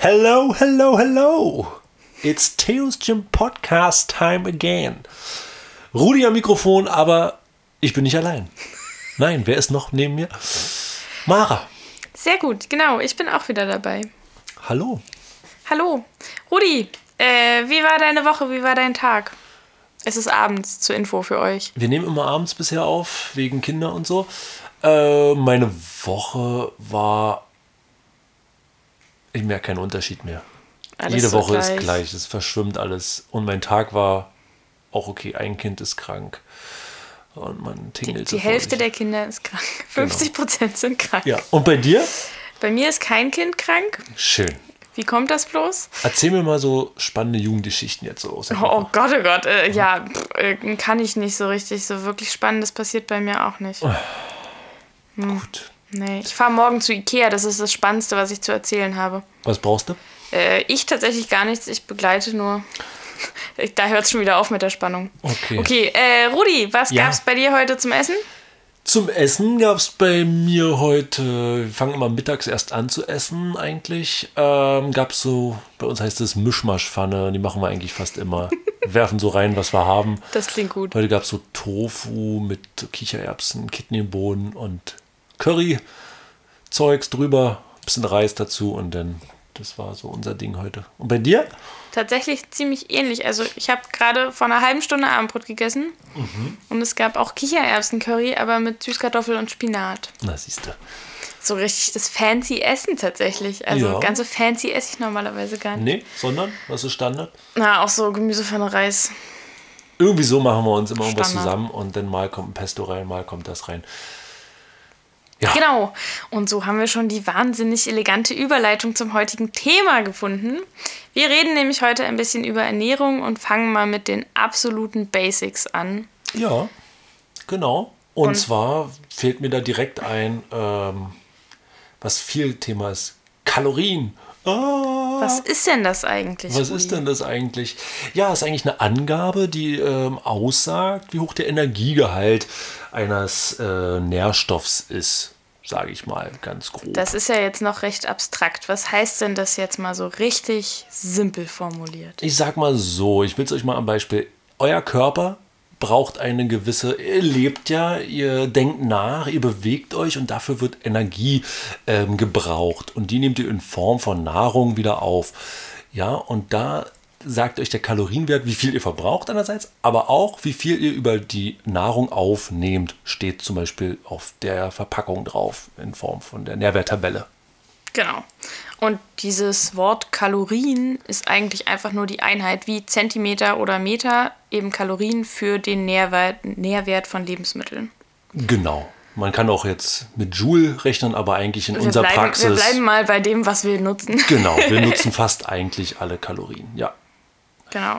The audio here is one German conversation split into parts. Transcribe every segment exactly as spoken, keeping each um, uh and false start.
Hello, hello, hello. It's Theos Gym Podcast time again. Rudi am Mikrofon, aber ich bin nicht allein. Nein, wer ist noch neben mir? Mara. Sehr gut, genau. Ich bin auch wieder dabei. Hallo. Hallo. Rudi, äh, wie war deine Woche? Wie war dein Tag? Es ist abends, zur Info für euch. Wir nehmen immer abends bisher auf, wegen Kinder und so. Äh, meine Woche war... Ich merke keinen Unterschied mehr. Alles Jede Woche gleich. ist gleich, es verschwimmt alles. Und mein Tag war auch okay, ein Kind ist krank. Und man tingelt Die, die Hälfte der Kinder ist krank. fünfzig Prozent genau. sind krank. Ja. Und bei dir? Bei mir ist kein Kind krank. Schön. Wie kommt das bloß? Erzähl mir mal so spannende Jugendgeschichten jetzt so aus. Oh, oh Gott, oh Gott. Äh, ja, pff, äh, kann ich nicht so richtig. So wirklich Spannendes passiert bei mir auch nicht. Hm. Gut. Nee, ich fahre morgen zu Ikea. Das ist das Spannendste, was ich zu erzählen habe. Was brauchst du? Äh, ich tatsächlich gar nichts. Ich begleite nur. Da hört es schon wieder auf mit der Spannung. Okay. Okay, äh, Rudi, was ja. gab's bei dir heute zum Essen? Zum Essen gab es bei mir heute, wir fangen immer mittags erst an zu essen eigentlich, ähm, gab es so, bei uns heißt es Mischmaschpfanne, die machen wir eigentlich fast immer, werfen so rein, was wir haben. Das klingt gut. Heute gab es so Tofu mit Kichererbsen, Kidneybohnen und Curry-Zeugs drüber, ein bisschen Reis dazu und dann, das war so unser Ding heute. Und bei dir? Tatsächlich ziemlich ähnlich. Also ich habe gerade vor einer halben Stunde Abendbrot gegessen mhm. und es gab auch Kichererbsen-Curry, aber mit Süßkartoffel und Spinat. Na, siehst du. So richtig das fancy Essen tatsächlich. Also ja. ganz so fancy esse ich normalerweise gar nicht. Nee, sondern? Was ist Standard? Na, auch so Gemüsepfanne, Reis. Irgendwie so machen wir uns immer Standard. irgendwas zusammen und dann mal kommt ein Pesto rein, mal kommt das rein. Ja. Genau. Und so haben wir schon die wahnsinnig elegante Überleitung zum heutigen Thema gefunden. Wir reden nämlich heute ein bisschen über Ernährung und fangen mal mit den absoluten Basics an. Ja, genau. Und, und zwar fällt mir da direkt ein, ähm, was viel Thema ist, Kalorien. Ah, was ist denn das eigentlich? Was Rudi? ist denn das eigentlich? Ja, ist eigentlich eine Angabe, die ähm, aussagt, wie hoch der Energiegehalt eines äh, Nährstoffs ist, sage ich mal ganz grob. Das ist ja jetzt noch recht abstrakt. Was heißt denn das jetzt mal so richtig simpel formuliert? Ich sag mal so, ich will es euch mal am Beispiel, euer Körper braucht eine gewisse, ihr lebt ja, ihr denkt nach, ihr bewegt euch und dafür wird Energie ähm, gebraucht und die nehmt ihr in Form von Nahrung wieder auf. Ja, und da sagt euch der Kalorienwert, wie viel ihr verbraucht einerseits, aber auch, wie viel ihr über die Nahrung aufnehmt, steht zum Beispiel auf der Verpackung drauf in Form von der Nährwerttabelle. Genau. Und dieses Wort Kalorien ist eigentlich einfach nur die Einheit wie Zentimeter oder Meter, eben Kalorien für den Nährwert, Nährwert von Lebensmitteln. Genau. Man kann auch jetzt mit Joule rechnen, aber eigentlich in wir unserer bleiben, Praxis... Wir bleiben mal bei dem, was wir nutzen. Genau, wir nutzen fast eigentlich alle Kalorien, ja. Genau.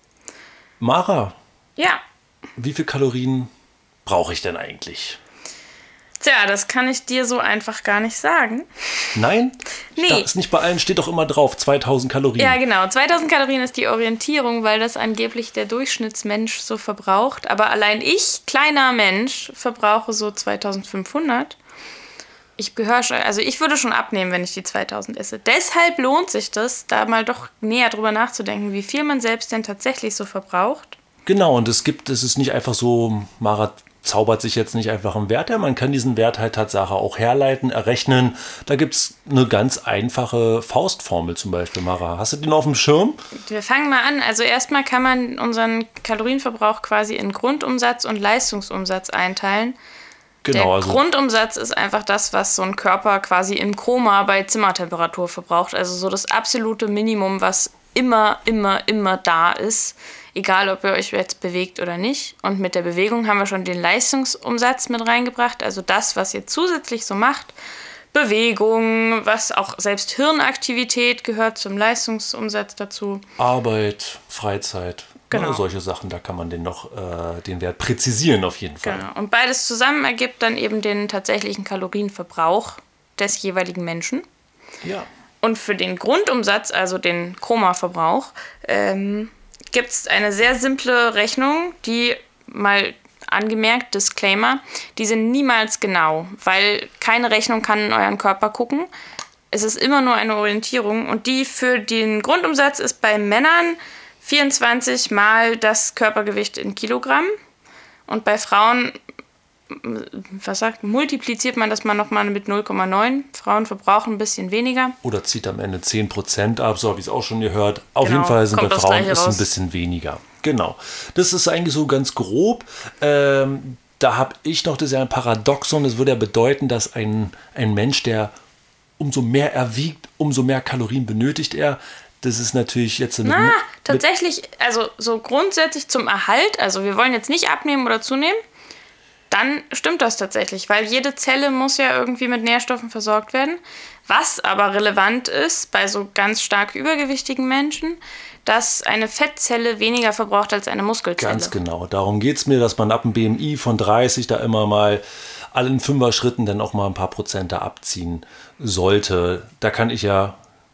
Mara, ja. Wie viel Kalorien brauche ich denn eigentlich? Tja, das kann ich dir so einfach gar nicht sagen. Nein? Nee. Da ist nicht bei allen, steht doch immer drauf, zweitausend Kalorien. Ja, genau. zweitausend Kalorien ist die Orientierung, weil das angeblich der Durchschnittsmensch so verbraucht. Aber allein ich, kleiner Mensch, verbrauche so zweitausendfünfhundert. Ich gehöre schon, also ich würde schon abnehmen, wenn ich die zweitausend esse. Deshalb lohnt sich das, da mal doch näher drüber nachzudenken, wie viel man selbst denn tatsächlich so verbraucht. Genau, und es gibt, es ist nicht einfach so, Mara zaubert sich jetzt nicht einfach einen Wert her, man kann diesen Wert halt Tatsache auch herleiten, errechnen. Da gibt es eine ganz einfache Faustformel zum Beispiel, Mara. Hast du den auf dem Schirm? Wir fangen mal an. Also erstmal kann man unseren Kalorienverbrauch quasi in Grundumsatz und Leistungsumsatz einteilen. Genau, Der also Grundumsatz ist einfach das, was so ein Körper quasi im Koma bei Zimmertemperatur verbraucht. Also so das absolute Minimum, was immer, immer, immer da ist. Egal, ob ihr euch jetzt bewegt oder nicht. Und mit der Bewegung haben wir schon den Leistungsumsatz mit reingebracht. Also das, was ihr zusätzlich so macht. Bewegung, was auch selbst Hirnaktivität gehört zum Leistungsumsatz dazu. Arbeit, Freizeit, genau. Ja, solche Sachen, da kann man den noch äh, den Wert präzisieren auf jeden Fall. Genau. Und beides zusammen ergibt dann eben den tatsächlichen Kalorienverbrauch des jeweiligen Menschen. Ja. Und für den Grundumsatz, also den Chroma-Verbrauch, ähm, gibt es eine sehr simple Rechnung, die mal angemerkt, Disclaimer, die sind niemals genau, weil keine Rechnung kann in euren Körper gucken. Es ist immer nur eine Orientierung und die für den Grundumsatz ist bei Männern vierundzwanzig mal das Körpergewicht in Kilogramm und bei Frauen, was sagt, multipliziert man das mal nochmal mit null Komma neun. Frauen verbrauchen ein bisschen weniger. Oder zieht am Ende zehn Prozent ab, so habe ich es auch schon gehört. Auf Genau, jeden Fall sind bei kommt das Frauen Gleiche ist raus. ein bisschen weniger. Genau. Das ist eigentlich so ganz grob. Ähm, da habe ich noch, das ist ja ein Paradoxon, das würde ja bedeuten, dass ein, ein Mensch, der umso mehr er wiegt, umso mehr Kalorien benötigt er. Das ist natürlich jetzt... Mit, Na, tatsächlich, also so grundsätzlich zum Erhalt, also wir wollen jetzt nicht abnehmen oder zunehmen, dann stimmt das tatsächlich, weil jede Zelle muss ja irgendwie mit Nährstoffen versorgt werden. Was aber relevant ist bei so ganz stark übergewichtigen Menschen, dass eine Fettzelle weniger verbraucht als eine Muskelzelle. Ganz genau. Darum geht es mir, dass man ab einem B M I von dreißig da immer mal allen Fünfer-Schritten dann auch mal ein paar Prozent da abziehen sollte. Da kann ich ja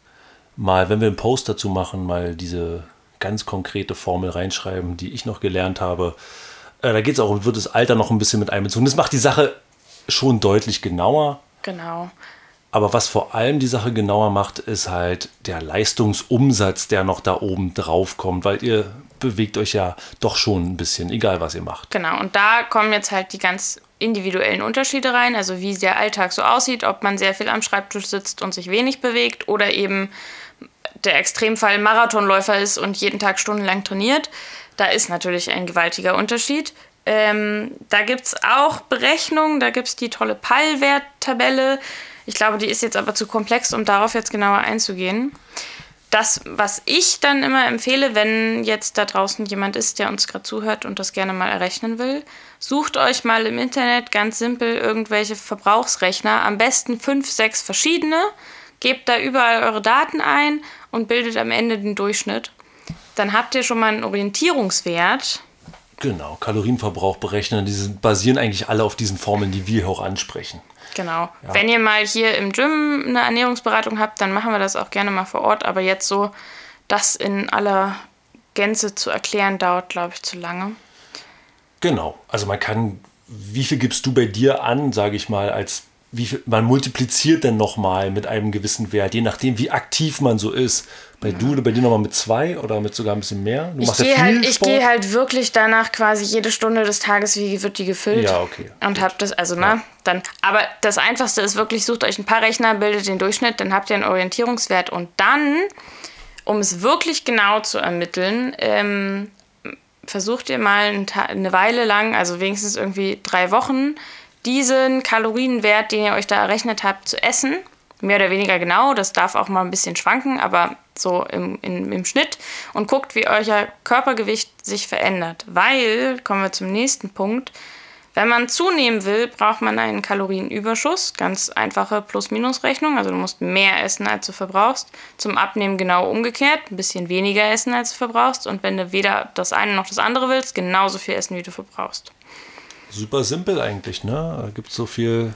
mal, wenn wir einen Post dazu machen, mal diese ganz konkrete Formel reinschreiben, die ich noch gelernt habe. Äh, da geht es auch, wird das Alter noch ein bisschen mit einbezogen. Das macht die Sache schon deutlich genauer. Genau. Aber was vor allem die Sache genauer macht, ist halt der Leistungsumsatz, der noch da oben drauf kommt, weil ihr bewegt euch ja doch schon ein bisschen, egal was ihr macht. Genau, und da kommen jetzt halt die ganz individuellen Unterschiede rein, also wie der Alltag so aussieht, ob man sehr viel am Schreibtisch sitzt und sich wenig bewegt oder eben der Extremfall Marathonläufer ist und jeden Tag stundenlang trainiert. Da ist natürlich ein gewaltiger Unterschied. Ähm, da gibt es auch Berechnungen, da gibt es die tolle P A L-Werttabelle. Ich glaube, die ist jetzt aber zu komplex, um darauf jetzt genauer einzugehen. Das, was ich dann immer empfehle, wenn jetzt da draußen jemand ist, der uns gerade zuhört und das gerne mal errechnen will, sucht euch mal im Internet ganz simpel irgendwelche Verbrauchsrechner, am besten fünf, sechs verschiedene, gebt da überall eure Daten ein und bildet am Ende den Durchschnitt. Dann habt ihr schon mal einen Orientierungswert. Genau, Kalorienverbrauch berechnen, die sind, basieren eigentlich alle auf diesen Formeln, die wir hier auch ansprechen. Genau. Ja. Wenn ihr mal hier im Gym eine Ernährungsberatung habt, dann machen wir das auch gerne mal vor Ort. Aber jetzt so, das in aller Gänze zu erklären, dauert, glaube ich, zu lange. Genau. Also man kann, wie viel gibst du bei dir an, sage ich mal, als wie viel, man multipliziert dann nochmal mit einem gewissen Wert, je nachdem, wie aktiv man so ist. Bei ja. du oder bei dir nochmal mit zwei oder mit sogar ein bisschen mehr? Du ich machst ja gehe viel halt, ich Sport. gehe halt wirklich danach quasi jede Stunde des Tages, wie wird die gefüllt. Ja, okay. Und habt das, also ja. ne, dann, aber das Einfachste ist wirklich, sucht euch ein paar Rechner, bildet den Durchschnitt, dann habt ihr einen Orientierungswert und dann, um es wirklich genau zu ermitteln, ähm, versucht ihr mal ein Ta- eine Weile lang, also wenigstens irgendwie drei Wochen, diesen Kalorienwert, den ihr euch da errechnet habt, zu essen. Mehr oder weniger genau, das darf auch mal ein bisschen schwanken, aber so im, im, im Schnitt. Und guckt, wie euer Körpergewicht sich verändert. Weil, kommen wir zum nächsten Punkt, wenn man zunehmen will, braucht man einen Kalorienüberschuss. Ganz einfache Plus-Minus-Rechnung. Also du musst mehr essen, als du verbrauchst. Zum Abnehmen genau umgekehrt. Ein bisschen weniger essen, als du verbrauchst. Und wenn du weder das eine noch das andere willst, genauso viel essen, wie du verbrauchst. Super simpel eigentlich, ne? Da gibt es so viel,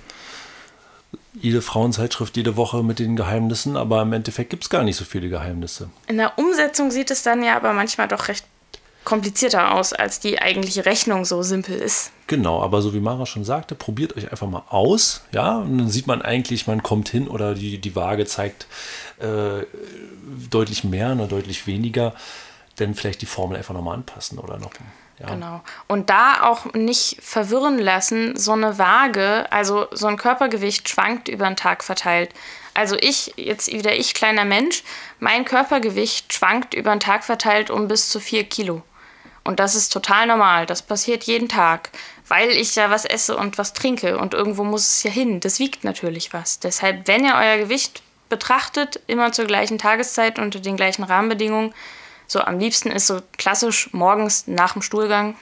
jede Frauenzeitschrift jede Woche mit den Geheimnissen, aber im Endeffekt gibt es gar nicht so viele Geheimnisse. In der Umsetzung sieht es dann ja aber manchmal doch recht komplizierter aus, als die eigentliche Rechnung so simpel ist. Genau, aber so wie Mara schon sagte, probiert euch einfach mal aus, ja, und dann sieht man eigentlich, man kommt hin oder die, die Waage zeigt äh, deutlich mehr oder deutlich weniger, dann vielleicht die Formel einfach nochmal anpassen oder noch. Ja. Genau. Und da auch nicht verwirren lassen, so eine Waage, also so ein Körpergewicht schwankt über den Tag verteilt. Also ich, jetzt wieder ich, kleiner Mensch, mein Körpergewicht schwankt über den Tag verteilt um bis zu vier Kilo. Und das ist total normal. Das passiert jeden Tag, weil ich ja was esse und was trinke. Und irgendwo muss es ja hin. Das wiegt natürlich was. Deshalb, wenn ihr euer Gewicht betrachtet, immer zur gleichen Tageszeit unter den gleichen Rahmenbedingungen, so, am liebsten ist so klassisch morgens nach dem Stuhlgang.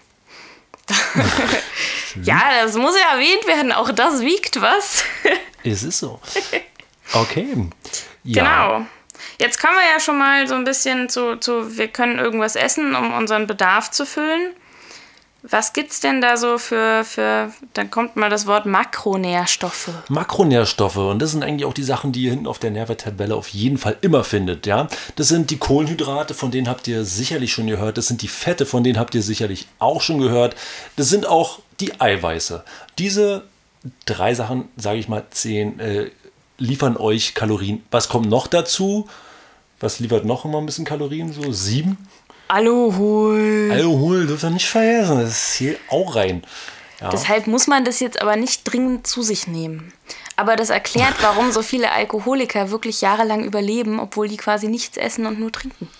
Ja, das muss ja erwähnt werden. Auch das wiegt was. Es ist so. Okay. Ja. Genau. Jetzt kommen wir ja schon mal so ein bisschen zu, zu, wir können irgendwas essen, um unseren Bedarf zu füllen. Was gibt's denn da so für, für, dann kommt mal das Wort Makronährstoffe. Makronährstoffe, und das sind eigentlich auch die Sachen, die ihr hinten auf der Nährwerttabelle auf jeden Fall immer findet, ja. Das sind die Kohlenhydrate, von denen habt ihr sicherlich schon gehört. Das sind die Fette, von denen habt ihr sicherlich auch schon gehört. Das sind auch die Eiweiße. Diese drei Sachen, sage ich mal, zählen, äh, liefern euch Kalorien. Was kommt noch dazu? Was liefert noch immer ein bisschen Kalorien? So sieben? Alkohol. Alkohol dürft ihr nicht vergessen. Das ist hier auch rein. Ja. Deshalb muss man das jetzt aber nicht dringend zu sich nehmen. Aber das erklärt, warum so viele Alkoholiker wirklich jahrelang überleben, obwohl die quasi nichts essen und nur trinken.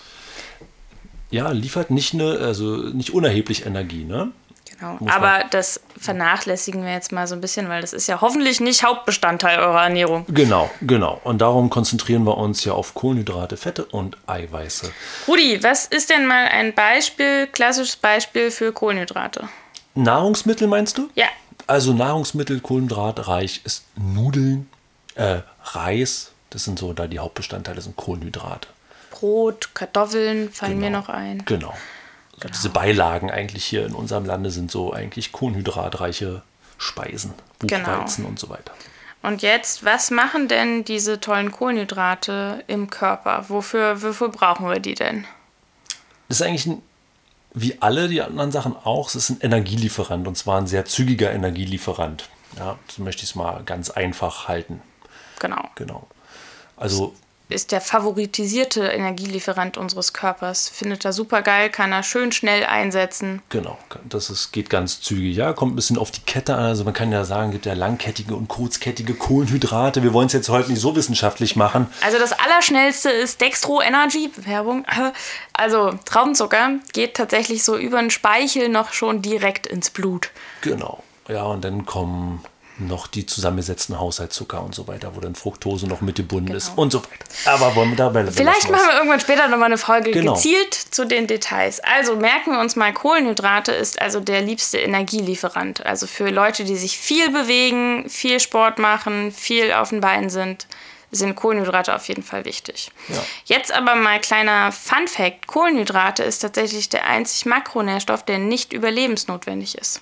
Ja, liefert nicht, eine, also nicht unerheblich Energie, ne? Genau. Aber das vernachlässigen wir jetzt mal so ein bisschen, weil das ist ja hoffentlich nicht Hauptbestandteil eurer Ernährung. Genau, genau. Und darum konzentrieren wir uns ja auf Kohlenhydrate, Fette und Eiweiße. Rudi, was ist denn mal ein Beispiel, klassisches Beispiel für Kohlenhydrate? Nahrungsmittel meinst du? Ja. Also Nahrungsmittel, kohlenhydratreich ist Nudeln, äh, Reis, das sind so da die Hauptbestandteile, sind Kohlenhydrate. Brot, Kartoffeln fallen Genau. mir noch ein. Genau. Genau. Diese Beilagen eigentlich hier in unserem Lande sind so eigentlich kohlenhydratreiche Speisen, Buchweizen Genau. und so weiter. Und jetzt, was machen denn diese tollen Kohlenhydrate im Körper? Wofür, wofür brauchen wir die denn? Das ist eigentlich ein, wie alle die anderen Sachen auch, es ist ein Energielieferant und zwar ein sehr zügiger Energielieferant. Ja, so möchte ich es mal ganz einfach halten. Genau. Genau. Also Ist der favoritisierte Energielieferant unseres Körpers. Findet er super geil, kann er schön schnell einsetzen. Genau, das ist, geht ganz zügig. Ja, kommt ein bisschen auf die Kette an. Also man kann ja sagen, es gibt ja langkettige und kurzkettige Kohlenhydrate. Wir wollen es jetzt heute nicht so wissenschaftlich machen. Also das Allerschnellste ist Dextro Energy, Werbung. Also Traubenzucker geht tatsächlich so über den Speichel noch schon direkt ins Blut. Genau, ja, und dann kommen noch die zusammengesetzten Haushaltszucker und so weiter, wo dann Fructose noch mitgebunden Genau. ist und so weiter. Aber wollen wir dabei Vielleicht machen wir irgendwann später nochmal eine Folge Genau. gezielt zu den Details. Also merken wir uns mal, Kohlenhydrate ist also der liebste Energielieferant. Also für Leute, die sich viel bewegen, viel Sport machen, viel auf den Beinen sind, sind Kohlenhydrate auf jeden Fall wichtig. Ja. Jetzt aber mal kleiner Fun-Fact. Kohlenhydrate ist tatsächlich der einzig Makronährstoff, der nicht überlebensnotwendig ist.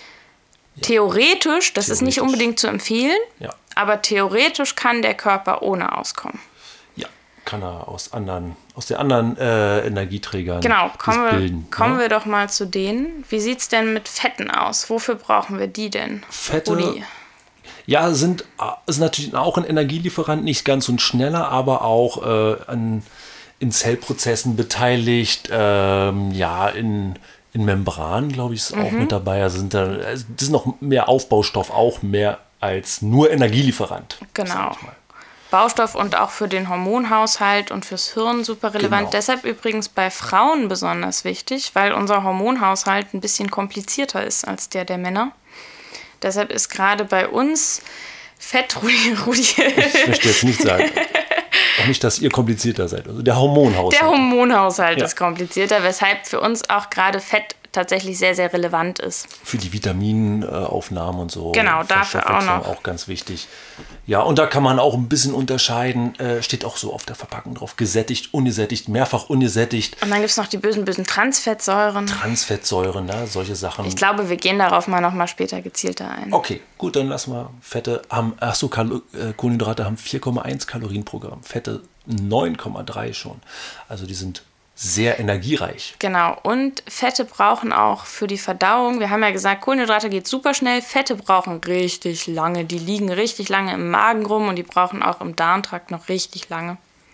Theoretisch, das ist nicht Theoretisch. unbedingt zu empfehlen, Ja. aber theoretisch kann der Körper ohne auskommen. Ja, kann er aus anderen, aus den anderen äh, Energieträgern Genau, kommen, das wir, bilden. kommen ne? wir doch mal zu denen. Wie sieht es denn mit Fetten aus? Wofür brauchen wir die denn? Fette, Rudi? ja, sind ist natürlich auch ein Energielieferant, nicht ganz so ein schneller, aber auch äh, an, in Zellprozessen beteiligt, ähm, ja, in In Membran, glaube ich, ist auch Mhm. mit dabei. Also sind da, also das ist noch mehr Aufbaustoff, auch mehr als nur Energielieferant. Genau. sag ich mal. Baustoff und auch für den Hormonhaushalt und fürs Hirn super relevant. Genau. Deshalb übrigens bei Frauen besonders wichtig, weil unser Hormonhaushalt ein bisschen komplizierter ist als der der Männer. Deshalb ist gerade bei uns Fett, Rudi, Rudi. Ich möchte jetzt nicht sagen. Auch nicht, dass ihr komplizierter seid. Also der Hormonhaushalt. Der Hormonhaushalt Ja. ist komplizierter, weshalb für uns auch gerade Fett tatsächlich sehr, sehr relevant ist. Für die Vitaminaufnahme und so. Genau, dafür auch noch. Auch ganz wichtig. Ja, und da kann man auch ein bisschen unterscheiden. Äh, steht auch so auf der Verpackung drauf. Gesättigt, ungesättigt, mehrfach ungesättigt. Und dann gibt es noch die bösen, bösen Transfettsäuren. Transfettsäuren, ne? Solche Sachen. Ich glaube, wir gehen darauf mal noch mal später gezielter ein. Okay, gut, dann lassen wir Fette haben, achso, Kalo, äh, Kohlenhydrate haben vier Komma eins Kalorien pro Gramm, Fette neun Komma drei schon. Also die sind sehr energiereich. Genau, und Fette brauchen auch für die Verdauung, wir haben ja gesagt, Kohlenhydrate geht super schnell, Fette brauchen richtig lange, die liegen richtig lange im Magen rum und die brauchen auch im Darmtrakt noch richtig lange.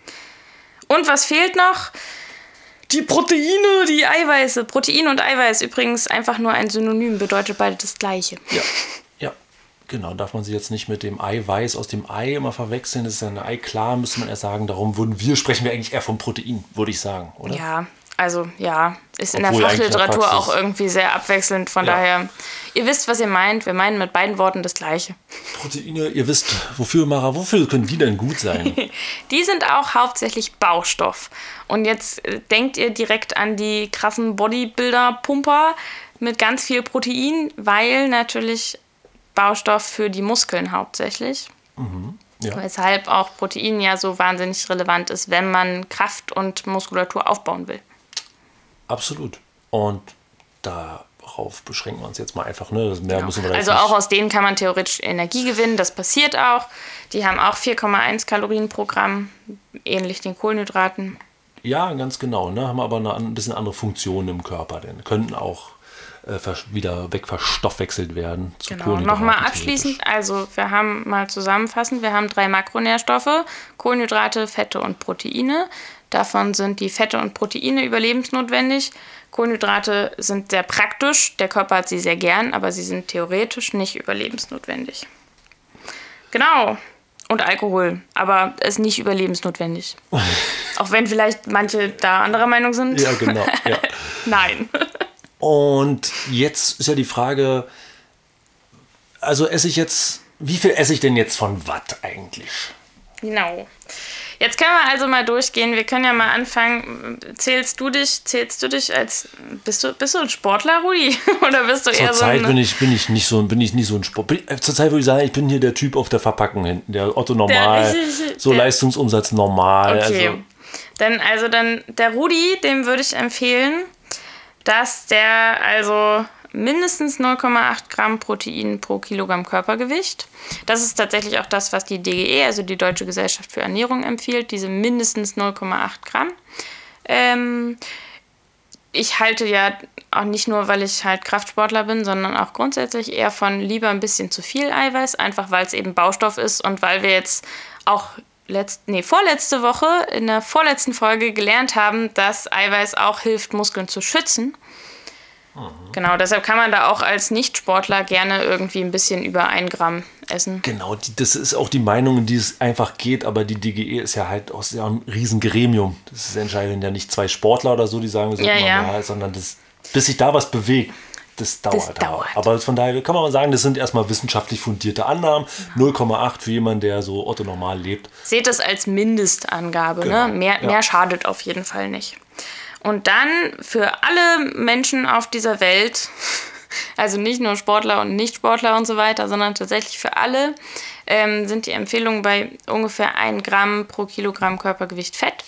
Und was fehlt noch? Die Proteine, die Eiweiße. Protein und Eiweiß übrigens einfach nur ein Synonym, bedeutet beide das Gleiche. Ja, ja, genau. Darf man sie jetzt nicht mit dem Eiweiß aus dem Ei immer verwechseln. Das ist ja ein Ei, klar, müsste man eher sagen. Darum würden wir, sprechen wir eigentlich eher vom Protein, würde ich sagen, oder? Ja, also ja, ist in der Obwohl eigentlich in der Fachliteratur Praxis- auch irgendwie sehr abwechselnd. Von Ja. daher, ihr wisst, was ihr meint. Wir meinen mit beiden Worten das Gleiche. Proteine, ihr wisst, wofür, Mara, wofür können die denn gut sein? Die sind auch hauptsächlich Baustoff. Und jetzt äh, denkt ihr direkt an die krassen Bodybuilder-Pumper mit ganz viel Protein, weil natürlich Baustoff für die Muskeln hauptsächlich. Ja. Weshalb auch Protein ja so wahnsinnig relevant ist, wenn man Kraft und Muskulatur aufbauen will. Absolut. Und darauf beschränken wir uns jetzt mal einfach. Ne? Das mehr Genau. müssen wir da jetzt Also auch nicht- aus denen kann man theoretisch Energie gewinnen. Das passiert auch. Die haben auch vier Komma eins Kalorien pro Gramm, ähnlich den Kohlenhydraten. Ja, ganz genau. Ne? Haben aber eine, ein bisschen andere Funktionen im Körper. Denn könnten auch äh, wieder wegverstoffwechselt werden. Zu Genau, nochmal abschließend, also wir haben mal zusammenfassend, wir haben drei Makronährstoffe, Kohlenhydrate, Fette und Proteine. Davon sind die Fette und Proteine überlebensnotwendig. Kohlenhydrate sind sehr praktisch, der Körper hat sie sehr gern, aber sie sind theoretisch nicht überlebensnotwendig. Genau. Und Alkohol, aber ist nicht überlebensnotwendig. Auch wenn vielleicht manche da anderer Meinung sind. Ja, genau. Ja. Nein. Und jetzt ist ja die Frage, also esse ich jetzt, wie viel esse ich denn jetzt von Watt eigentlich? Genau. Jetzt können wir also mal durchgehen. Wir können ja mal anfangen. Zählst du dich, zählst du dich als, bist du, bist du ein Sportler, Rudi? Oder bist du eher so Zurzeit ein... bin ich, bin ich nicht so, bin ich nicht so ein Sport. Zurzeit würde ich sagen, ich bin hier der Typ auf der Verpackung hinten, der Otto normal, Der richtig- so der- Leistungsumsatz normal. Okay. Also, Dann, also dann, der Rudi, dem würde ich empfehlen, dass der also mindestens null Komma acht Gramm Protein pro Kilogramm Körpergewicht. Das ist tatsächlich auch das, was die D G E, also die Deutsche Gesellschaft für Ernährung, empfiehlt, diese mindestens null Komma acht Gramm. Ähm, ich halte ja auch nicht nur, weil ich halt Kraftsportler bin, sondern auch grundsätzlich eher von lieber ein bisschen zu viel Eiweiß, einfach weil es eben Baustoff ist und weil wir jetzt auch letzt, nee, vorletzte Woche in der vorletzten Folge gelernt haben, dass Eiweiß auch hilft, Muskeln zu schützen. Genau, deshalb kann man da auch als Nichtsportler gerne irgendwie ein bisschen über ein Gramm essen. genau, die, das ist auch die Meinung, in die es einfach geht, aber die D G E ist ja halt auch ja ein Riesengremium. Das ist entscheidend ja nicht zwei Sportler oder so, die sagen, das Ja, sollte man ja. ja, sondern das, bis sich da was bewegt. Das dauert, Das dauert. Aber von daher kann man mal sagen, das sind erstmal wissenschaftlich fundierte Annahmen. null Komma acht für jemanden, der so Otto normal lebt. Seht es als Mindestangabe, Genau, ne? Mehr, ja. mehr schadet auf jeden Fall nicht. Und dann für alle Menschen auf dieser Welt, also nicht nur Sportler und Nichtsportler und so weiter, sondern tatsächlich für alle, ähm, sind die Empfehlungen bei ungefähr ein Gramm pro Kilogramm Körpergewicht Fett.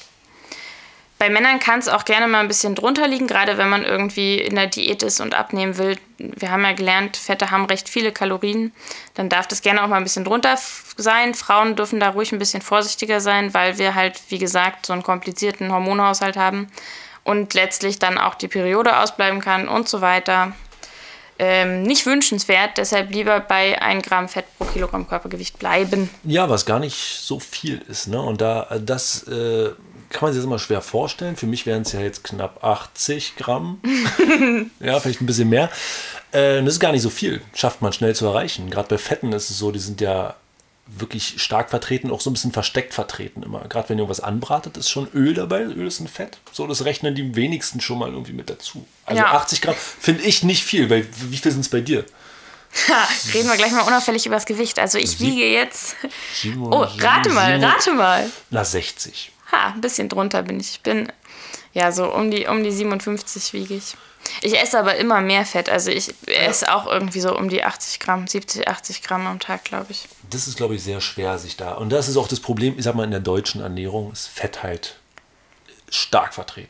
Bei Männern kann es auch gerne mal ein bisschen drunter liegen, gerade wenn man irgendwie in der Diät ist und abnehmen will. Wir haben ja gelernt, Fette haben recht viele Kalorien. Dann darf das gerne auch mal ein bisschen drunter f- sein. Frauen dürfen da ruhig ein bisschen vorsichtiger sein, weil wir halt, wie gesagt, so einen komplizierten Hormonhaushalt haben und letztlich dann auch die Periode ausbleiben kann und so weiter. Ähm, nicht wünschenswert, deshalb lieber bei ein Gramm Fett pro Kilogramm Körpergewicht bleiben. Ja, was gar nicht so viel ist. Ne? Und da das äh, kann man sich jetzt immer schwer vorstellen. Für mich wären es ja jetzt knapp achtzig Gramm. Ja, vielleicht ein bisschen mehr. Äh, das ist gar nicht so viel. Schafft man schnell zu erreichen. Gerade bei Fetten ist es so, die sind ja wirklich stark vertreten, auch so ein bisschen versteckt vertreten immer. Gerade wenn ihr irgendwas anbratet, ist schon Öl dabei. Öl ist ein Fett. So, das rechnen die wenigsten schon mal irgendwie mit dazu. Also Ja. achtzig Gramm finde ich nicht viel. Weil wie viel sind es bei dir? Ha, reden wir gleich mal unauffällig über das Gewicht. Also ich Sieb- wiege jetzt... Sieben- Oh, rate mal, sieben- rate mal. Na, sechzig. Ha, ein bisschen drunter bin ich. Ich bin, ja, so um die, um die siebenundfünfzig wiege ich. Ich esse aber immer mehr Fett. Also ich esse auch irgendwie so um die achtzig Gramm, siebzig, achtzig Gramm am Tag, glaube ich. Das ist, glaube ich, sehr schwer, sich da. Und das ist auch das Problem, ich sag mal, in der deutschen Ernährung ist Fett halt stark vertreten.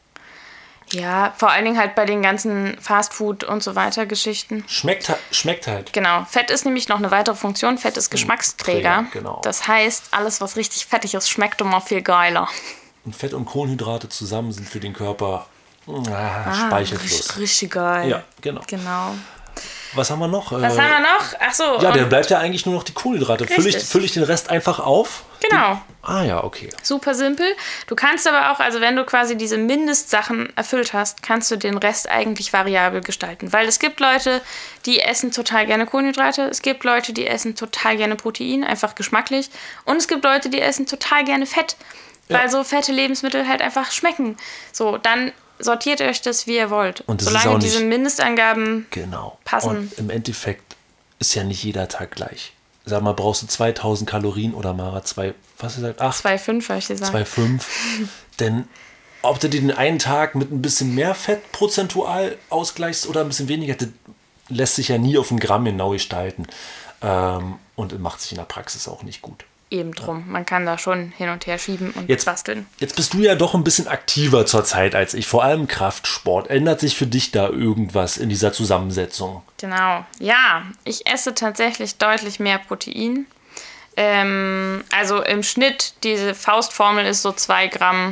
Ja, vor allen Dingen halt bei den ganzen Fastfood und so weiter Geschichten. Schmeckt, ha- schmeckt halt. Genau. Fett ist nämlich noch eine weitere Funktion. Fett ist Geschmacksträger. Träger, genau. Das heißt, alles, was richtig fettig ist, schmeckt immer viel geiler. Und Fett und Kohlenhydrate zusammen sind für den Körper ah, Ah, Speichelfluss. richtig, richtig geil. Ja, genau. Genau. Was haben wir noch? Was äh, haben wir noch? Ach so. Ja, und- der bleibt ja eigentlich nur noch die Kohlenhydrate. Fülle ich, Richtig. fülle ich den Rest einfach auf? Genau. Ah ja, okay. Super simpel. Du kannst aber auch, also wenn du quasi diese Mindestsachen erfüllt hast, kannst du den Rest eigentlich variabel gestalten. Weil es gibt Leute, die essen total gerne Kohlenhydrate. Es gibt Leute, die essen total gerne Protein, einfach geschmacklich. Und es gibt Leute, die essen total gerne Fett. Ja. Weil so fette Lebensmittel halt einfach schmecken. So, dann sortiert euch das, wie ihr wollt. Und das ist Solange auch nicht- diese Mindestangaben Genau. passen. Und im Endeffekt ist ja nicht jeder Tag gleich. Sag mal, brauchst du zweitausend Kalorien oder Mara zwei, was ist das, acht? zwei Komma fünf, habe ich gesagt. zwei Komma fünf. Denn ob du dir den einen Tag mit ein bisschen mehr Fett prozentual ausgleichst oder ein bisschen weniger, das lässt sich ja nie auf ein Gramm genau gestalten. Ähm, und macht sich in der Praxis auch nicht gut. Eben drum. Man kann da schon hin und her schieben und Jetzt- basteln. Jetzt bist du ja doch ein bisschen aktiver zurzeit als ich, vor allem Kraftsport. Ändert sich für dich da irgendwas in dieser Zusammensetzung? Genau. Ja, ich esse tatsächlich deutlich mehr Protein. Ähm, also im Schnitt, diese Faustformel ist so zwei Gramm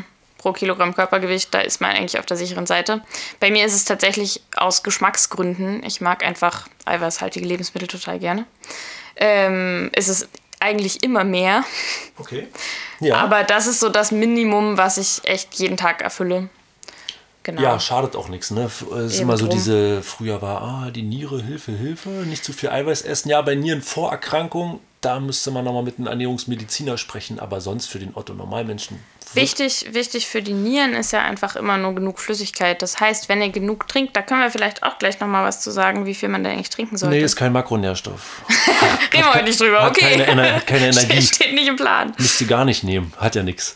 pro Kilogramm Körpergewicht, da ist man eigentlich auf der sicheren Seite. Bei mir ist es tatsächlich aus Geschmacksgründen. Ich mag einfach eiweißhaltige Lebensmittel total gerne. Ähm, ist es eigentlich immer mehr. Okay. Ja. Aber das ist so das Minimum, was ich echt jeden Tag erfülle. Genau. Ja, schadet auch nichts, ne? Es ist Eben immer so drum. diese, früher war, ah, die Niere, Hilfe, Hilfe, nicht zu viel Eiweiß essen. Ja, bei Nierenvorerkrankung, da müsste man nochmal mit einem Ernährungsmediziner sprechen, aber sonst für den Otto-Normalmenschen. Wichtig, wichtig für die Nieren ist ja einfach immer nur genug Flüssigkeit. Das heißt, wenn ihr genug trinkt, da können wir vielleicht auch gleich nochmal was zu sagen, wie viel man da eigentlich trinken sollte. Nee, ist kein Makronährstoff. Reden wir heute nicht drüber, Hat okay. keine, Ener- hat keine Energie. Steht nicht im Plan. Müsst ihr gar nicht nehmen, hat ja nichts.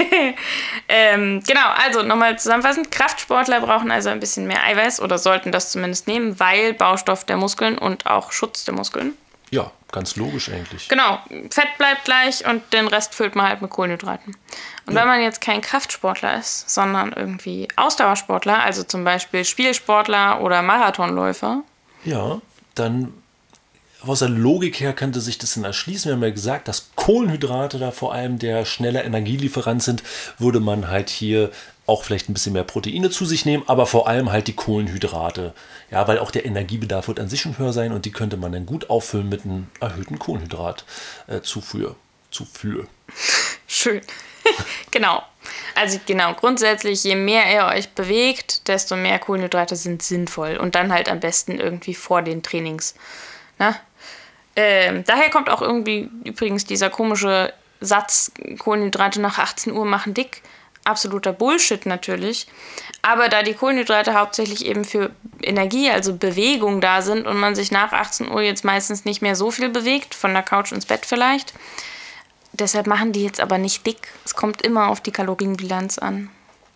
Ähm, genau, also nochmal zusammenfassend. Kraftsportler brauchen also ein bisschen mehr Eiweiß oder sollten das zumindest nehmen, weil Baustoff der Muskeln und auch Schutz der Muskeln. Ja, ganz logisch eigentlich. Genau, Fett bleibt gleich und den Rest füllt man halt mit Kohlenhydraten. Und Ja. wenn man jetzt kein Kraftsportler ist, sondern irgendwie Ausdauersportler, also zum Beispiel Spielsportler oder Marathonläufer, Ja, dann aus der Logik her könnte sich das dann erschließen. Wir haben ja gesagt, dass Kohlenhydrate da vor allem der schnelle Energielieferant sind, würde man halt hier auch vielleicht ein bisschen mehr Proteine zu sich nehmen, aber vor allem halt die Kohlenhydrate. Ja, weil auch der Energiebedarf wird an sich schon höher sein und die könnte man dann gut auffüllen mit einem erhöhten Kohlenhydratzufuhr. Zufuhr. schön. Genau. Also genau, grundsätzlich, je mehr ihr euch bewegt, desto mehr Kohlenhydrate sind sinnvoll. Und dann halt am besten irgendwie vor den Trainings. Na? Ähm, daher kommt auch irgendwie übrigens dieser komische Satz, Kohlenhydrate nach achtzehn Uhr machen dick. Absoluter Bullshit natürlich. Aber da die Kohlenhydrate hauptsächlich eben für Energie, also Bewegung da sind und man sich nach achtzehn Uhr jetzt meistens nicht mehr so viel bewegt, von der Couch ins Bett vielleicht, deshalb machen die jetzt aber nicht dick. Es kommt immer auf die Kalorienbilanz an.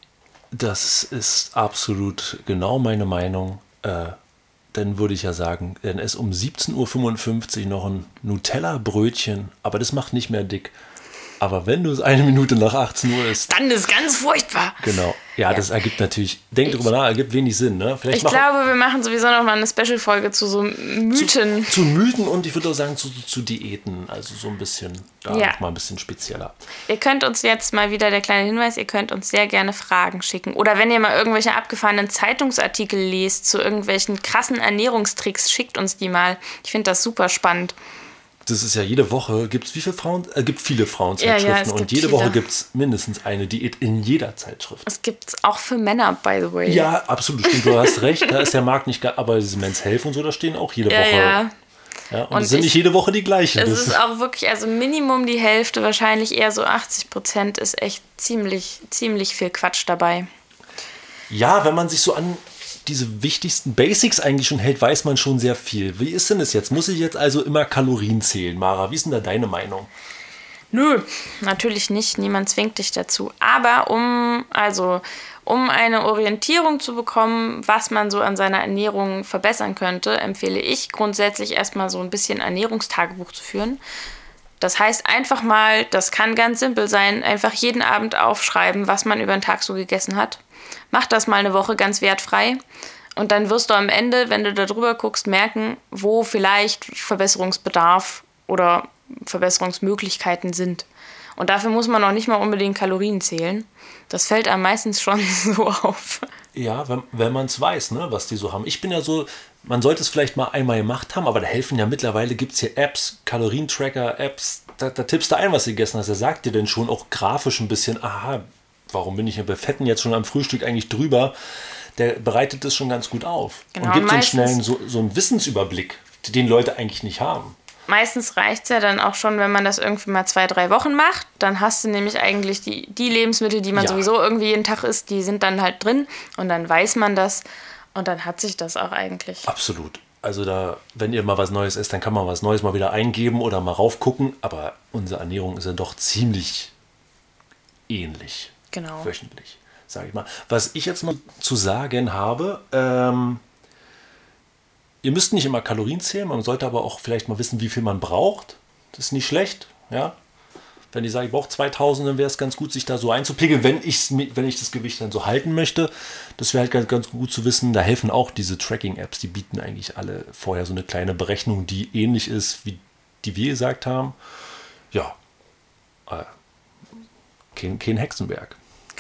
Das ist absolut genau meine Meinung. Äh, dann würde ich ja sagen, dann ist um siebzehn Uhr fünfundfünfzig noch ein Nutella-Brötchen, aber das macht nicht mehr dick. Aber wenn du es eine Minute nach achtzehn Uhr isst, Dann ist ganz furchtbar. genau. Ja, das ergibt natürlich, denk drüber nach, ergibt wenig Sinn. Ne? Vielleicht Ich machen- glaube, wir machen sowieso noch mal eine Special-Folge zu so Mythen. zu Mythen und ich würde auch sagen zu, zu Diäten. Also so ein bisschen, da Ja. noch mal ein bisschen spezieller. Ihr könnt uns jetzt mal wieder der kleine Hinweis, ihr könnt uns sehr gerne Fragen schicken. Oder wenn ihr mal irgendwelche abgefahrenen Zeitungsartikel lest zu irgendwelchen krassen Ernährungstricks, schickt uns die mal. Ich finde das super spannend. Das ist ja jede Woche, gibt es wie viele Frauen? Es äh, gibt viele Ja, Frauenzeitschriften ja, es und gibt jede viele. Woche gibt es mindestens eine Diät in jeder Zeitschrift. Es gibt es auch für Männer, by the way. Ja, absolut, stimmt, du hast recht, da ist der Markt nicht, ga- aber diese Men's Health und so, da stehen auch jede ja. Woche. ja. Ja, und Und es sind ich- nicht jede Woche die gleichen. Es Das ist auch wirklich, also Minimum die Hälfte, wahrscheinlich eher so achtzig Prozent ist echt ziemlich, ziemlich viel Quatsch dabei. Ja, wenn man sich so an diese wichtigsten Basics eigentlich schon hält, weiß man schon sehr viel. Wie ist denn das jetzt? Muss ich jetzt also immer Kalorien zählen, Mara? Wie ist denn da deine Meinung? Nö, natürlich nicht. Niemand zwingt dich dazu. Aber um, also, um eine Orientierung zu bekommen, was man so an seiner Ernährung verbessern könnte, empfehle ich grundsätzlich erstmal so ein bisschen Ernährungstagebuch zu führen. Das heißt einfach mal, das kann ganz simpel sein, einfach jeden Abend aufschreiben, was man über den Tag so gegessen hat. Mach das mal eine Woche ganz wertfrei. Und dann wirst du am Ende, wenn du da drüber guckst, merken, wo vielleicht Verbesserungsbedarf oder Verbesserungsmöglichkeiten sind. Und dafür muss man auch nicht mal unbedingt Kalorien zählen. Das fällt einem meistens schon so auf. Ja, wenn, wenn man es weiß, ne, was die so haben. Ich bin ja so, man sollte es vielleicht mal einmal gemacht haben, aber da helfen ja mittlerweile, gibt es hier Apps, Kalorientracker, Apps, da, da tippst du ein, was du gegessen hast. Der sagt dir dann schon auch grafisch ein bisschen, aha, warum bin ich ja bei Fetten jetzt schon am Frühstück eigentlich drüber? Der bereitet das schon ganz gut auf. Genau, und gibt so einen meistens- schnellen, so, so einen Wissensüberblick, den Leute eigentlich nicht haben. Meistens reicht es ja dann auch schon, wenn man das irgendwie mal zwei, drei Wochen macht. Dann hast du nämlich eigentlich die, die Lebensmittel, die man Ja. sowieso irgendwie jeden Tag isst, die sind dann halt drin. Und dann weiß man das. Und dann hat sich das auch eigentlich. Absolut. Also da, wenn ihr mal was Neues esst, dann kann man was Neues mal wieder eingeben oder mal raufgucken. Aber unsere Ernährung ist ja doch ziemlich ähnlich. Genau. Wöchentlich, sage ich mal. Was ich jetzt noch zu sagen habe, ähm, ihr müsst nicht immer Kalorien zählen, man sollte aber auch vielleicht mal wissen, wie viel man braucht. Das ist nicht schlecht, ja. Wenn ich sage, ich brauche zweitausend, dann wäre es ganz gut, sich da so einzuplicken, wenn, ich's, mit- wenn ich das Gewicht dann so halten möchte. Das wäre halt ganz, ganz gut zu wissen. Da helfen auch diese Tracking-Apps, die bieten eigentlich alle vorher so eine kleine Berechnung, die ähnlich ist, wie die wir gesagt haben. Ja, äh, kein, kein Hexenwerk.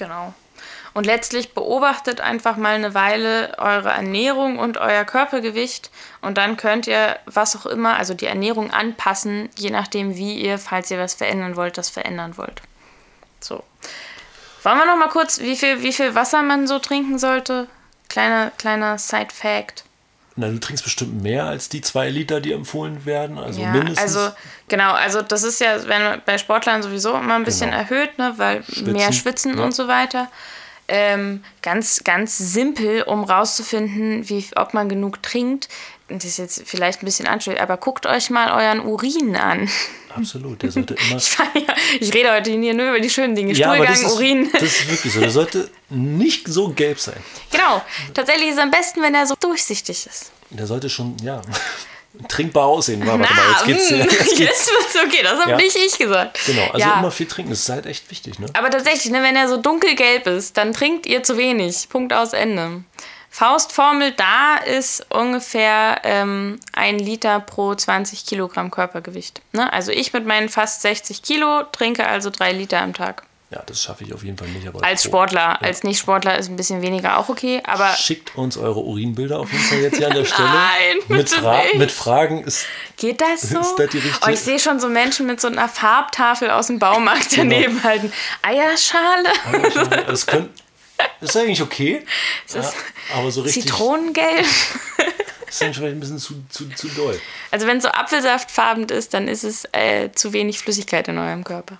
Genau. Und letztlich beobachtet einfach mal eine Weile eure Ernährung und euer Körpergewicht und dann könnt ihr was auch immer, also die Ernährung anpassen, je nachdem, wie ihr, falls ihr was verändern wollt, das verändern wollt. So. Wollen wir noch mal kurz, wie viel, wie viel Wasser man so trinken sollte? Kleiner, kleiner Side-Fact. Na, du trinkst bestimmt mehr als die zwei Liter, die empfohlen werden, also ja, mindestens. Also genau, also das ist ja, wenn bei Sportlern sowieso immer ein bisschen Genau. erhöht, ne, weil Schwitzen, mehr schwitzen ja. und so weiter. Ähm, ganz, ganz simpel, um rauszufinden, wie, ob man genug trinkt. Das ist jetzt vielleicht ein bisschen anstrengend, aber guckt euch mal euren Urin an. Absolut, der sollte immer... Ich, ich rede heute hier nur über die schönen Dinge. Ja, Stuhlgang, aber das ist, Urin. das ist wirklich so. Der sollte nicht so gelb sein. Genau, tatsächlich ist es am besten, wenn er so durchsichtig ist. Der sollte schon, ja, trinkbar aussehen. Warte Na, mal, jetzt geht's... mh, Jetzt jetzt geht's wird's okay, das habe Ja. nicht ich gesagt. genau, also Ja. immer viel trinken, das ist halt echt wichtig, ne? Aber tatsächlich, ne, wenn er so dunkelgelb ist, dann trinkt ihr zu wenig. Punkt aus Ende. Faustformel da ist ungefähr ähm, ein Liter pro zwanzig Kilogramm Körpergewicht. Ne? Also ich mit meinen fast sechzig Kilo trinke also drei Liter am Tag. Ja, das schaffe ich auf jeden Fall nicht. Aber Als pro- Sportler, Ja. als Nicht-Sportler ist ein bisschen weniger auch okay, aber Schickt uns eure Urinbilder auf jeden Fall jetzt hier an der Stelle. Nein, mit, bitte Fra nicht. mit Fragen ist... geht das so? Ist das die richtige- Oh, ich sehe schon so Menschen mit so einer Farbtafel aus dem Baumarkt daneben Genau. halten. Eierschale, Das könnte... Ist eigentlich okay, ist ja, aber so richtig... Zitronengelb. ist dann vielleicht ein bisschen zu, zu, zu doll. Also wenn es so apfelsaftfarben ist, dann ist es äh, zu wenig Flüssigkeit in eurem Körper.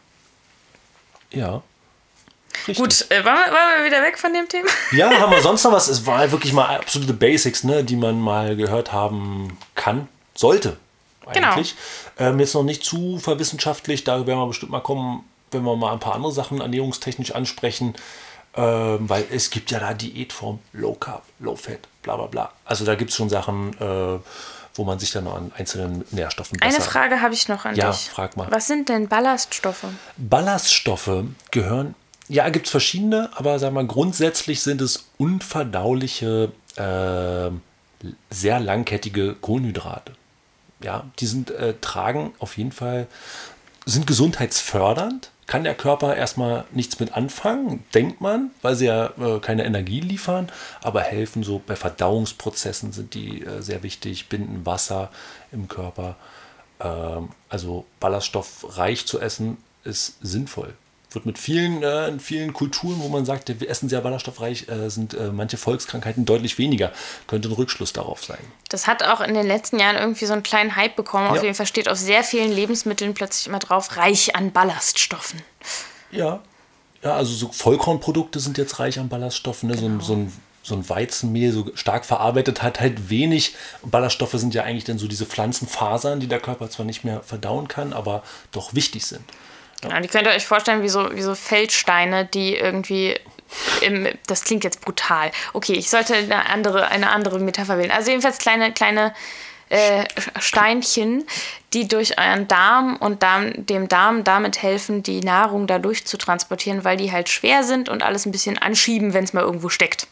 Ja. Richtig. Gut, äh, waren, wir, waren wir wieder weg von dem Thema? Ja, haben wir sonst noch was? Es war wirklich mal absolute Basics, ne, die man mal gehört haben kann, sollte eigentlich. Ähm, jetzt noch nicht zu verwissenschaftlich, da werden wir bestimmt mal kommen, wenn wir mal ein paar andere Sachen ernährungstechnisch ansprechen, ähm, weil es gibt ja da Diätform, Low Carb, Low Fat, bla bla bla. Also da gibt es schon Sachen, äh, wo man sich dann noch an einzelnen Nährstoffen besser... Eine Frage habe ich noch an Ja, dich. frag mal. Was sind denn Ballaststoffe? Ballaststoffe gehören, ja, gibt es verschiedene, aber sagen wir, grundsätzlich sind es unverdauliche, äh, sehr langkettige Kohlenhydrate. Ja, die sind, äh, tragen auf jeden Fall, sind gesundheitsfördernd, kann der Körper erstmal nichts mit anfangen, denkt man, weil sie ja äh, keine Energie liefern, aber helfen so bei Verdauungsprozessen sind die äh, sehr wichtig, binden Wasser im Körper. Ähm, also ballaststoffreich zu essen ist sinnvoll. Wird mit vielen, äh, in vielen Kulturen, wo man sagt, wir essen sehr ballaststoffreich, äh, sind äh, manche Volkskrankheiten deutlich weniger. Könnte ein Rückschluss darauf sein. Das hat auch in den letzten Jahren irgendwie so einen kleinen Hype bekommen. Auf Ja. jeden Fall steht auf sehr vielen Lebensmitteln plötzlich immer drauf, reich an Ballaststoffen. Ja, ja, also so Vollkornprodukte sind jetzt reich an Ballaststoffen. Ne? So, ein, so, ein, so ein Weizenmehl, so stark verarbeitet, hat halt wenig. Ballaststoffe sind ja eigentlich dann so diese Pflanzenfasern, die der Körper zwar nicht mehr verdauen kann, aber doch wichtig sind. Genau, die könnt ihr euch vorstellen wie so, wie so Feldsteine, die irgendwie im, das klingt jetzt brutal. Okay, ich sollte eine andere, eine andere Metapher wählen. Also jedenfalls kleine, kleine äh, Steinchen, die durch euren Darm und Darm, dem Darm damit helfen, die Nahrung dadurch zu transportieren, weil die halt schwer sind und alles ein bisschen anschieben, wenn es mal irgendwo steckt.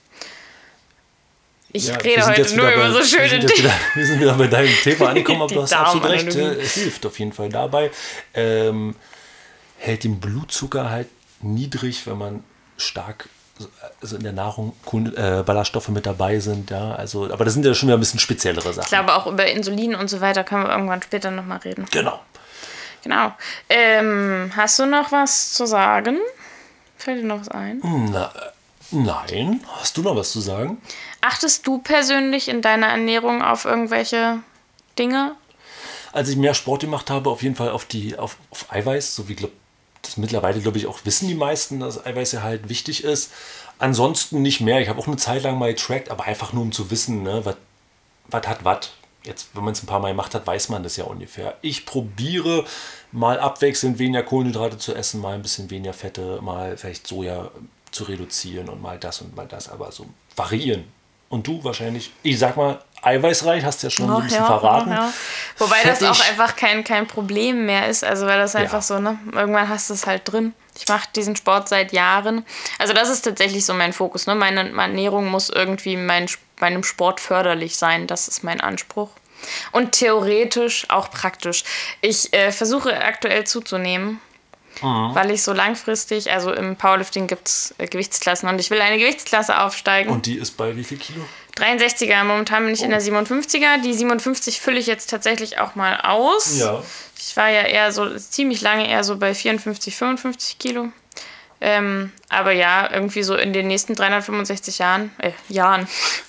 Ich Ja, wir rede sind heute jetzt nur wieder über bei- so wir schöne sind jetzt Dinge. wieder, Wir sind wieder bei deinem Thema angekommen, aber Die du hast absolut recht. Darmanatomie. äh, Es hilft auf jeden Fall dabei. Ähm, hält den Blutzucker halt niedrig, wenn man stark, also in der Nahrung Kohlen- äh, Ballaststoffe mit dabei sind. Ja, also, aber das sind ja schon wieder ein bisschen speziellere Sachen. Ich glaube, auch über Insulin und so weiter können wir irgendwann später nochmal reden. Genau. Genau. Ähm, hast du noch was zu sagen? Fällt dir noch was ein? Na, äh, nein. Hast du noch was zu sagen? Achtest du persönlich in deiner Ernährung auf irgendwelche Dinge? Als ich mehr Sport gemacht habe, auf jeden Fall auf die auf, auf Eiweiß, so wie glaub, das mittlerweile, glaube ich, auch wissen die meisten, dass Eiweiß ja halt wichtig ist. Ansonsten nicht mehr. Ich habe auch eine Zeit lang mal getrackt, aber einfach nur um zu wissen, ne, was hat was. Jetzt, wenn man es ein paar Mal gemacht hat, weiß man das ja ungefähr. Ich probiere mal abwechselnd weniger Kohlenhydrate zu essen, mal ein bisschen weniger Fette, mal vielleicht Soja zu reduzieren und mal das und mal das, aber so variieren. Und du wahrscheinlich, ich sag mal, eiweißreich, hast du ja schon so ein bisschen verraten. ja, ja. Wobei das Fettig. auch einfach kein, kein Problem mehr ist, also weil das einfach Ja. so, ne, irgendwann hast du es halt drin. Ich mache diesen Sport seit Jahren. Also das ist tatsächlich so mein Fokus, ne? Meine Ernährung muss irgendwie mein, meinem Sport förderlich sein, das ist mein Anspruch. Und theoretisch auch praktisch. Ich äh, versuche aktuell zuzunehmen. mhm. weil ich so langfristig, also im Powerlifting gibt es äh, Gewichtsklassen und ich will eine Gewichtsklasse aufsteigen. Und die ist bei wie viel Kilo? dreiundsechziger, momentan bin ich oh. in der siebenundfünfziger. Die siebenundfünfzig fülle ich jetzt tatsächlich auch mal aus. Ja. Ich war ja eher so, ziemlich lange eher so bei vierundfünfzig, fünfundfünfzig Kilo. Ähm, aber ja, irgendwie so in den nächsten dreihundertfünfundsechzig Jahren, äh, Jahren,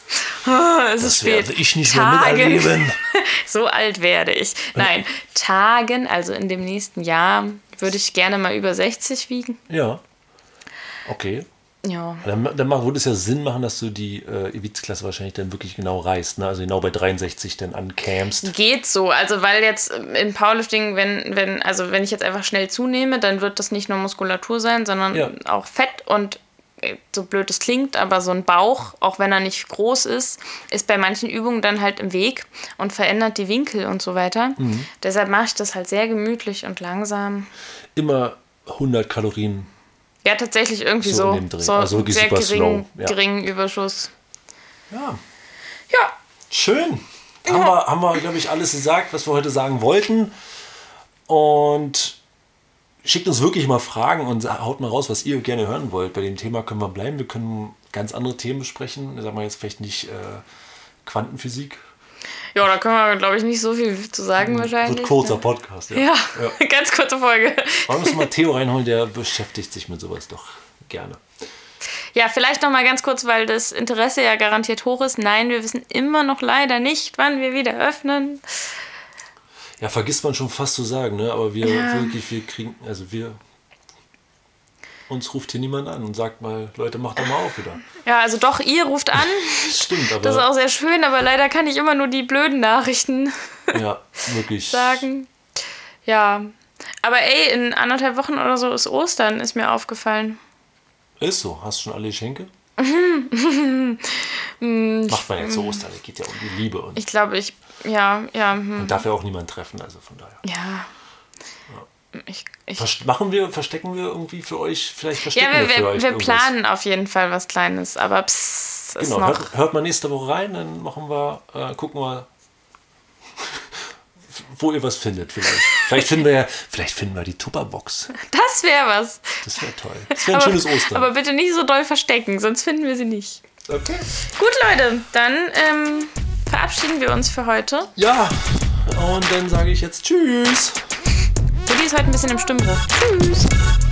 es ist spät. Werde ich nicht mehr miterleben. So alt werde ich. Nein, Tagen, also in dem nächsten Jahr, würde ich gerne mal über sechzig wiegen. Ja. Okay. Ja. Dann, dann würde es ja Sinn machen, dass du die äh, Gewichtsklasse wahrscheinlich dann wirklich genau reißt, ne? Also genau bei dreiundsechzig dann ankämst. Geht so, also weil jetzt im Powerlifting, wenn, wenn, also wenn ich jetzt einfach schnell zunehme, dann wird das nicht nur Muskulatur sein, sondern ja. auch Fett und so blöd es klingt, aber so ein Bauch, auch wenn er nicht groß ist, ist bei manchen Übungen dann halt im Weg und verändert die Winkel und so weiter. Mhm. Deshalb mache ich das halt sehr gemütlich und langsam. Immer hundert Kalorien. Ja, tatsächlich irgendwie so. So, so also wirklich sehr super gering, slow. Ja. geringen Überschuss. Ja. Ja. Schön. Ja. Haben wir, haben wir, glaube ich, alles gesagt, was wir heute sagen wollten. Und schickt uns wirklich mal Fragen und haut mal raus, was ihr gerne hören wollt. Bei dem Thema können wir bleiben. Wir können ganz andere Themen besprechen. Sagen wir jetzt vielleicht nicht äh, Quantenphysik. Ja, da können wir, glaube ich, nicht so viel zu sagen wahrscheinlich. Wird kurzer Podcast, ja. Ja, ja. Ganz kurze Folge. Wollen wir uns mal Theo reinholen, der beschäftigt sich mit sowas doch gerne. Ja, vielleicht noch mal ganz kurz, weil das Interesse ja garantiert hoch ist. Nein, wir wissen immer noch leider nicht, wann wir wieder öffnen. Ja, vergisst man schon fast zu sagen, ne? Aber wir ja. wirklich, wir kriegen, also wir, uns ruft hier niemand an und sagt mal, Leute, macht doch mal auf wieder. Ja, also doch, ihr ruft an. Stimmt, aber... Das ist auch sehr schön, aber leider kann ich immer nur die blöden Nachrichten ja, wirklich. sagen. Ja, aber ey, in anderthalb Wochen oder so ist Ostern, ist mir aufgefallen. Ist so, hast du schon alle Geschenke? Macht man ja zu Ostern, es geht ja um die Liebe. Und ich glaube, ich, ja, ja. Hm. Und darf ja auch niemand treffen, also von daher. Ja. ja. Ich, ich Verst- machen wir, verstecken wir irgendwie für euch, vielleicht verstecken ja, wir, wir für wir, euch wir irgendwas. planen auf jeden Fall was Kleines, aber psst, ist genau, noch... hört, hört mal nächste Woche rein, dann machen wir, äh, gucken wir, wo ihr was findet vielleicht. Vielleicht finden wir ja, vielleicht finden wir die Tupperbox. Das wäre was. Das wäre toll. Das wäre ein schönes Ostern. Aber bitte nicht so doll verstecken, sonst finden wir sie nicht. Okay. Gut, Leute, dann ähm, verabschieden wir uns für heute. Ja, und dann sage ich jetzt Tschüss. Uli ist heute ein bisschen im Stimmbruch. Tschüss.